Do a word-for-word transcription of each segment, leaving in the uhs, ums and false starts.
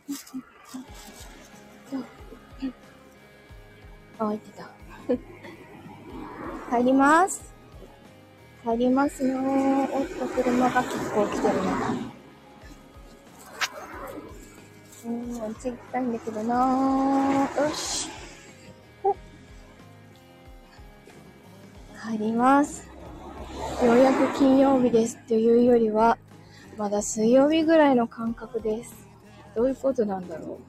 あ、開いてた。帰ります。帰りますよー。おっと、車が結構来てるな。うーん、あっち行きたいんだけどなー。よし。お、帰ります。ようやく金曜日ですっていうよりは、まだ水曜日ぐらいの感覚です。どういうことなんだろ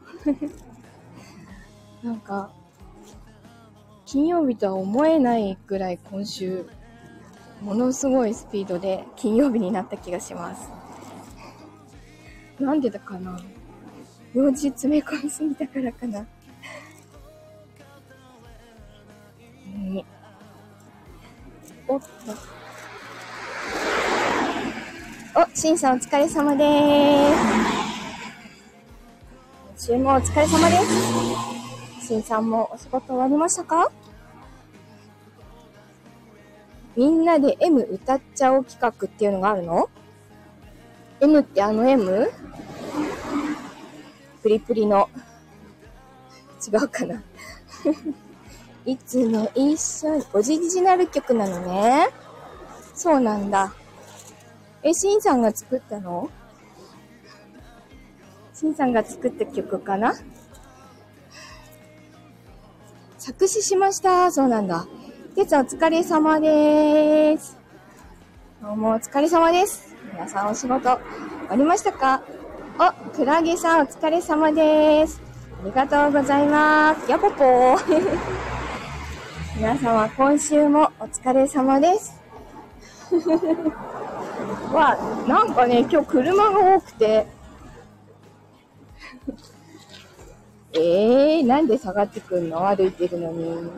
う。なんか、金曜日とは思えないぐらい今週、ものすごいスピードで金曜日になった気がします。なんでだかな。用事詰め込みすぎたからかな。ね、おっと。お、しんさんお疲れ様でーす。今週もお疲れ様です。しんさんもお仕事終わりましたか？みんなで M 歌っちゃおう企画っていうのがあるの？ M ってあの M？ プリプリの。違うかな。いつも一緒に、オリジナル曲なのね。そうなんだ。え、しんさんが作ったの？しんさんが作った曲かな？作詞しました。そうなんだ。てつお疲れ様でーす。どうもお疲れ様です。皆さんお仕事終わりましたか？お、クラゲさんお疲れ様でーす。ありがとうございます。やぽぽー。皆様今週もお疲れ様です。わ、なんかね、今日車が多くて。えー、なんで下がってくんの？歩いてるのに。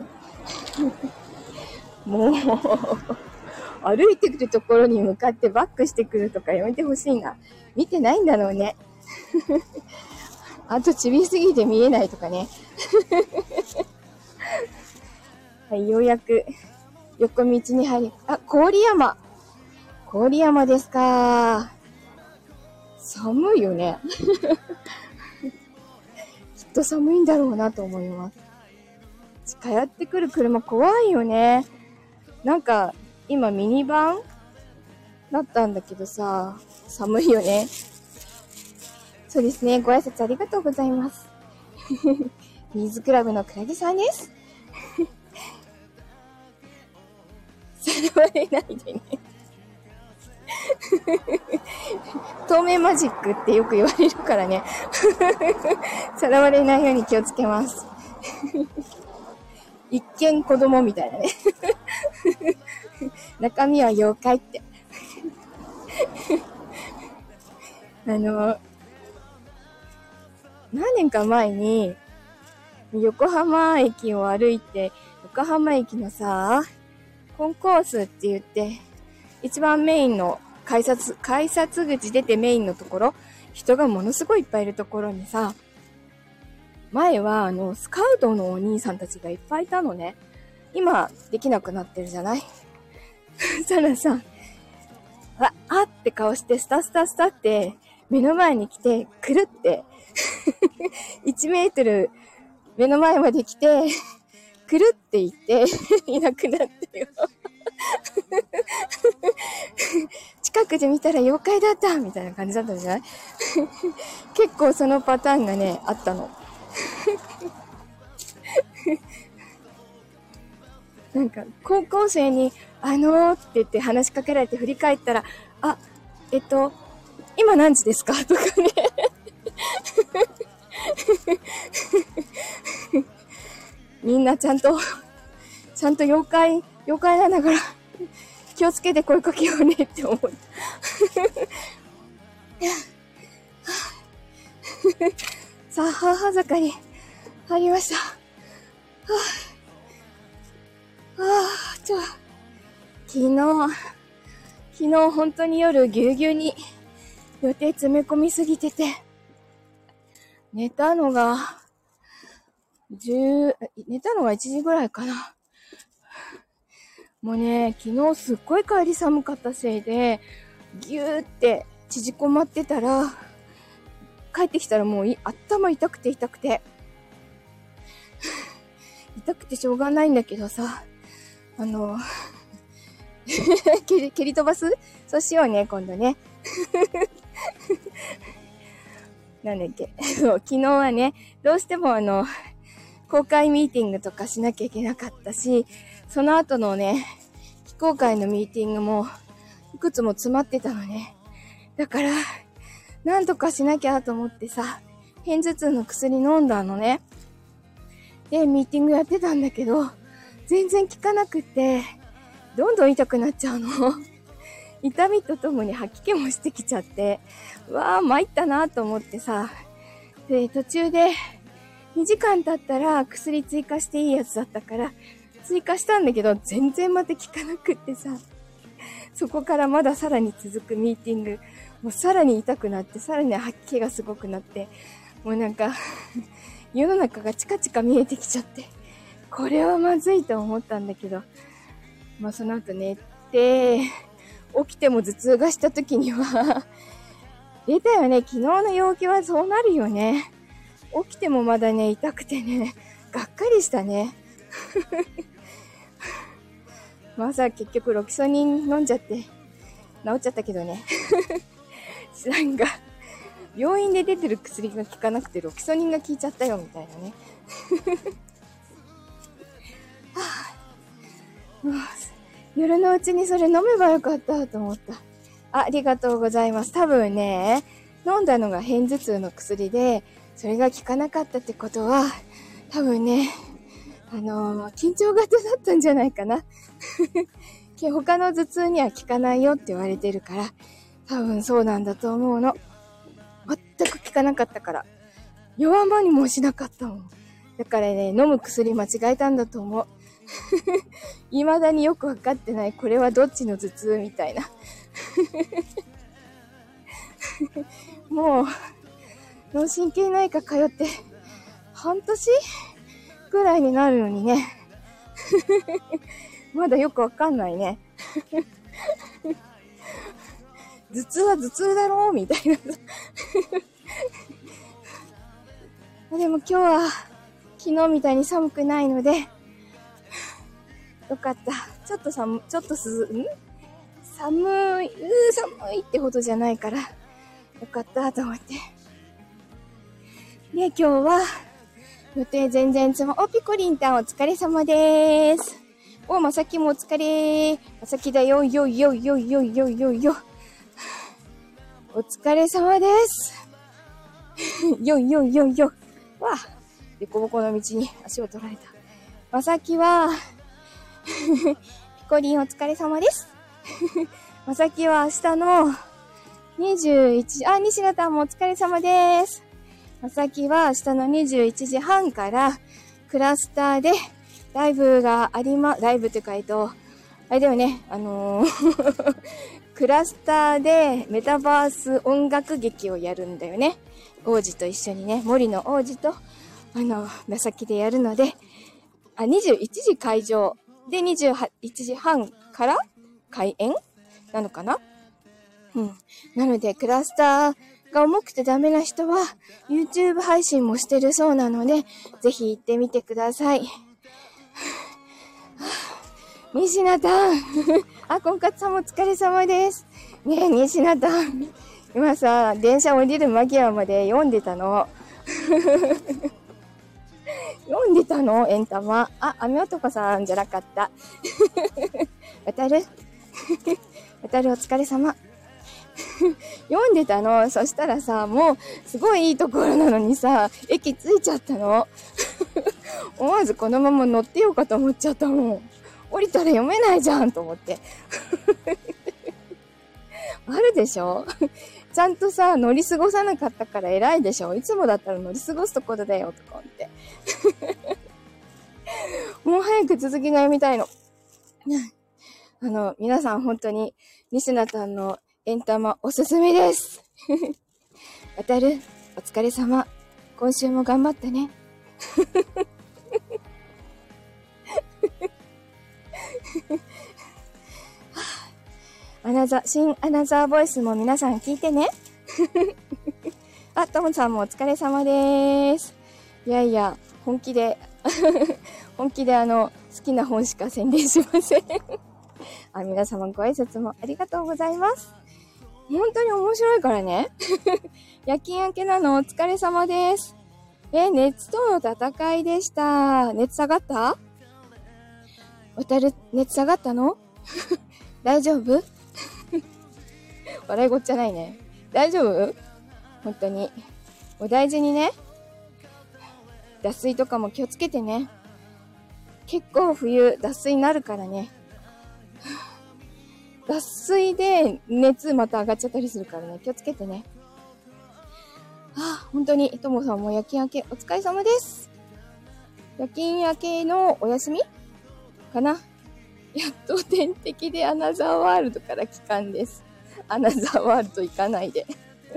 もう、歩いてくるところに向かってバックしてくるとかやめてほしいな。見てないんだろうね。あとちびすぎて見えないとかね。はい、ようやく横道に入り、あ、郡山。郡山ですか。寒いよね。きっと寒いんだろうなと思います。近寄ってくる車怖いよね。なんか今ミニバンだったんだけどさ、寒いよね。そうですね、ご挨拶ありがとうございます。ビーズクラブのクラゲさんです。さらわれないでね。透明マジックってよく言われるからね。さらわれないように気をつけます。一見子供みたいなね。中身は妖怪って。あの、何年か前に横浜駅を歩いて、横浜駅のさ、コンコースって言って、一番メインの改札、改札口出てメインのところ、人がものすごいいっぱいいるところにさ、前はあの、スカウトのお兄さんたちがいっぱいいたのね。今、できなくなってるじゃない？そしたらさ、あ、あって顔して、スタスタスタって目の前に来て、くるって、いちメートル目の前まで来て、くるって言って、いなくなったよ。近くで見たら妖怪だったみたいな感じだったんじゃない？結構そのパターンがね、あったの。なんか、高校生に、あのーって言って話しかけられて振り返ったら、あ、えっと、今何時ですかとかね。みんなちゃんと、ちゃんと妖怪、妖怪なんだから、気をつけて声かけようねって思う。さあ、母坂に入りました。はあ、はあ、ちょ、昨日、昨日本当に夜ぎゅうぎゅうに予定詰め込みすぎてて、寝たのが、じゅう、寝たのがいちじぐらいかな。もうね、昨日すっごい帰り寒かったせいで、ぎゅーって縮こまってたら、 帰ってきたらもうい頭痛くて痛くて。痛くてしょうがないんだけどさ、あの、蹴り、蹴り飛ばす？そうしようね、今度ね。なんだっけ。そう、昨日はね、どうしてもあの、公開ミーティングとかしなきゃいけなかったし、その後のね、非公開のミーティングも、いくつも詰まってたのね。だから、なんとかしなきゃと思ってさ、片頭痛の薬飲んだのね。で、ミーティングやってたんだけど、全然効かなくって、どんどん痛くなっちゃうの。痛みとともに吐き気もしてきちゃって、うわー参ったなと思ってさ、で、途中でにじかん経ったら薬追加していいやつだったから、追加したんだけど、全然また効かなくってさ、そこからまださらに続くミーティング、もうさらに痛くなって、さらに吐き気がすごくなって、もうなんか、世の中がチカチカ見えてきちゃって、これはまずいと思ったんだけど、まあその後寝て、起きても頭痛がした時には、出たよね、昨日の陽気はそうなるよね。起きてもまだね、痛くてね、がっかりしたね。まあさ、結局ロキソニン飲んじゃって、治っちゃったけどね。なんか、病院で出てる薬が効かなくてロキソニンが効いちゃったよみたいなね。はあ、もう夜のうちにそれ飲めばよかったと思った。あ、ありがとうございます。多分ね、飲んだのが片頭痛の薬で、それが効かなかったってことは、多分ね、あのー、緊張型だったんじゃないかな。他の頭痛には効かないよって言われてるから、多分そうなんだと思うの。全く効かなかったから。弱まりもしなかったもん。だからね、飲む薬間違えたんだと思う。未だによくわかってない。これはどっちの頭痛みたいな。もう、脳神経内科通って、半年ぐらいになるのにね。まだよくわかんないね。頭痛は頭痛だろうみたいな。でも今日は昨日みたいに寒くないので、よかった。ちょっと寒、ちょっとす、ん寒い、うー寒いってほどじゃないから、よかったと思って。で、今日は予定全然つま、お、ピコリンタンお疲れ様でーす。お、まさきもお疲れー。まさきだよ、よいよいよいよいよいよいよ。お疲れ様です。よいよいよいよ。わあ、でこぼこの道に足を取られた。まさきは、ピコリンお疲れ様です。まさきは明日のにじゅういちじ、あ、西野さんもお疲れ様です。まさきは明日のにじゅういちじはんからクラスターでライブがありま、ライブというか、えっと、あれだよね、あのー、クラスターでメタバース音楽劇をやるんだよね。王子と一緒にね、森の王子と、あの、まさきでやるので、あ、にじゅういちじ会場でにじゅういちじはんから開演なのかな？うん。なので、クラスターが重くてダメな人は、YouTube 配信もしてるそうなので、ぜひ行ってみてください。西名さん。あ、婚活さんもお疲れ様です。ねえ、西名さん。今さ、電車降りる間際まで読んでたの。読んでたのエンタマ。あ、雨男さんじゃなかった。渡る渡るお疲れ様。読んでたの。そしたらさ、もう、すごいいいところなのにさ、駅着いちゃったの。思わずこのまま乗ってようかと思っちゃったもん。降りたら読めないじゃんと思って。あるでしょ？ちゃんとさ、乗り過ごさなかったから偉いでしょ？いつもだったら乗り過ごすところだよ、とか思って。もう早く続きが読みたいの。あの、皆さん本当に、西名さんのエンタマおすすめです。渡る、お疲れ様。今週も頑張ってね。アナザー、新アナザーボイスも皆さん聞いてね。あ、 あ、ともさんもお疲れ様です。いやいや、本気で、本気であの、好きな本しか宣伝しません。あ、皆様ご挨拶もありがとうございます。本当に面白いからね。夜勤明けなのお疲れ様です。え、熱との戦いでした。熱下がった？わたる、熱下がったの？大丈夫？笑いごっちゃないね。大丈夫？本当に。お大事にね。脱水とかも気をつけてね。結構冬脱水になるからね。脱水で熱また上がっちゃったりするからね。気をつけてね。あ、本当に、ともさんも夜勤明けお疲れ様です。夜勤明けのお休みかな。やっと天敵でアナザーワールドから帰還です。アナザーワールド行かないで。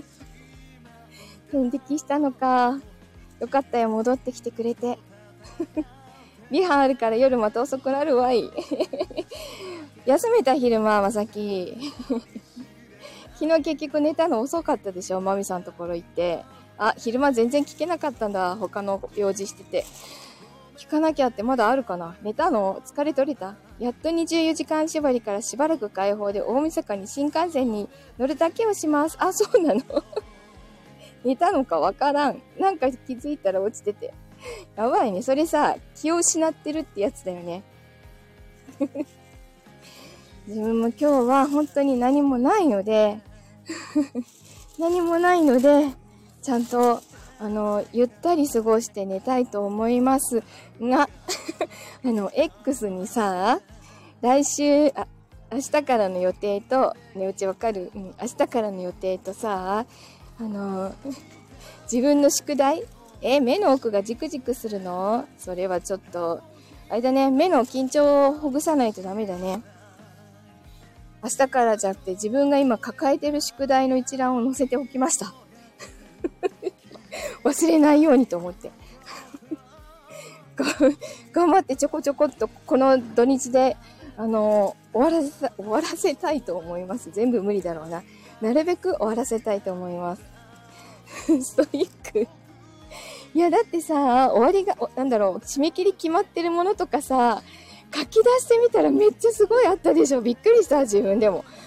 天敵したのか。よかったよ、戻ってきてくれて。リハあるから夜また遅くなるわい。休めた昼間、まさき。昨日結局寝たの遅かったでしょ、マミさんのところ行って。あ、昼間全然聞けなかったんだ。他の用事してて。聞かなきゃってまだあるかな。寝たの？疲れ取れた？やっとにじゅうよじかん縛りからしばらく解放で大晦日に新幹線に乗るだけをします。あ、そうなの？寝たのかわからん。なんか気づいたら落ちてて。やばいね。それさ、気を失ってるってやつだよね。自分も今日は本当に何もないので、何もないので、ちゃんと、あの、ゆったり過ごして寝たいと思いますが、あの、X にさ、来週、あ、明日からの予定と、ね、うちわかる？うん、明日からの予定とさ、あの、自分の宿題？え、目の奥がジクジクするの？それはちょっと、あれだね、目の緊張をほぐさないとダメだね。明日からじゃなくて自分が今抱えてる宿題の一覧を載せておきました。忘れないようにと思って。頑張ってちょこちょこっとこの土日で、あの、終わらせ、終わらせたいと思います。全部無理だろうな。なるべく終わらせたいと思います。ストイック。いや、だってさ、終わりが、なんだろう、締め切り決まってるものとかさ、書き出してみたらめっちゃすごいあったでしょ。びっくりした、自分でも。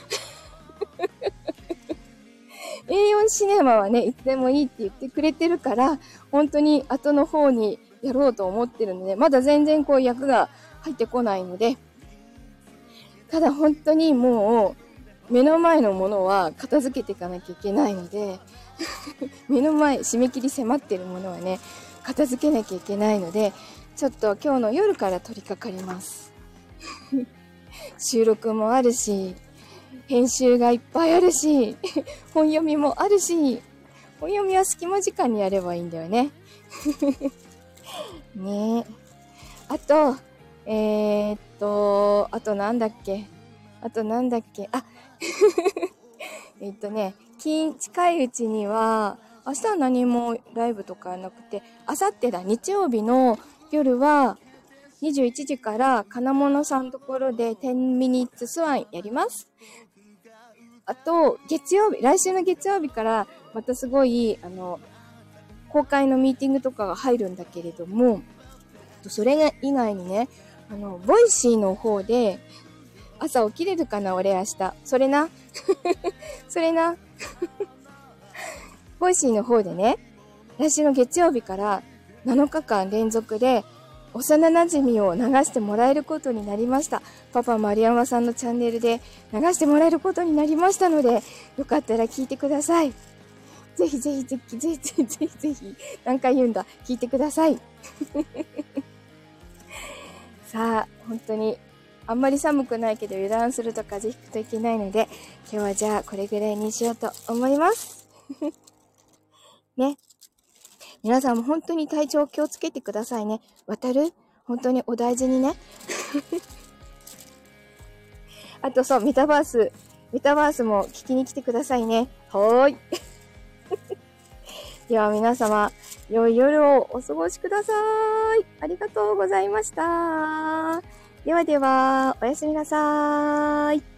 エーよん シネマはね、いつでもいいって言ってくれてるから、本当に後の方にやろうと思ってるので、まだ全然こう役が入ってこないので、ただ本当にもう、目の前のものは片付けていかなきゃいけないので、目の前、締め切り迫ってるものはね、片付けなきゃいけないので、ちょっと今日の夜から取り掛かります。収録もあるし、編集がいっぱいあるし、本読みもあるし、本読みは隙間時間にやればいいんだよね。ねえ。あと、えー、っと、あとなんだっけあとなんだっけあ、えっとね、近、近いうちには、明日は何もライブとかなくて、明後日だ、日曜日の夜は、にじゅういちじから金物さんのところでじゅうミニッツスワンやります。あと、月曜日、来週の月曜日からまたすごい、あの、公開のミーティングとかが入るんだけれども、それ以外にね、あの、ボイシーの方で、朝起きれるかな俺明日。それな。それな。ボイシーの方でね、来週の月曜日からなのかかん連続で、幼馴染を流してもらえることになりました。パパ丸山さんのチャンネルで流してもらえることになりましたので、よかったら聞いてください。ぜひぜひぜひぜひぜひぜひぜひ、何回言うんだ、聞いてください。さあ、本当に、あんまり寒くないけど油断すると風邪ひくといけないので、今日はじゃあこれぐらいにしようと思います。ね。皆さんも本当に体調気をつけてくださいね。渡る？本当にお大事にね。あとそう、メタバース、メタバースも聞きに来てくださいね。はーい。では皆様、良い夜をお過ごしください。ありがとうございました。ではでは、おやすみなさーい。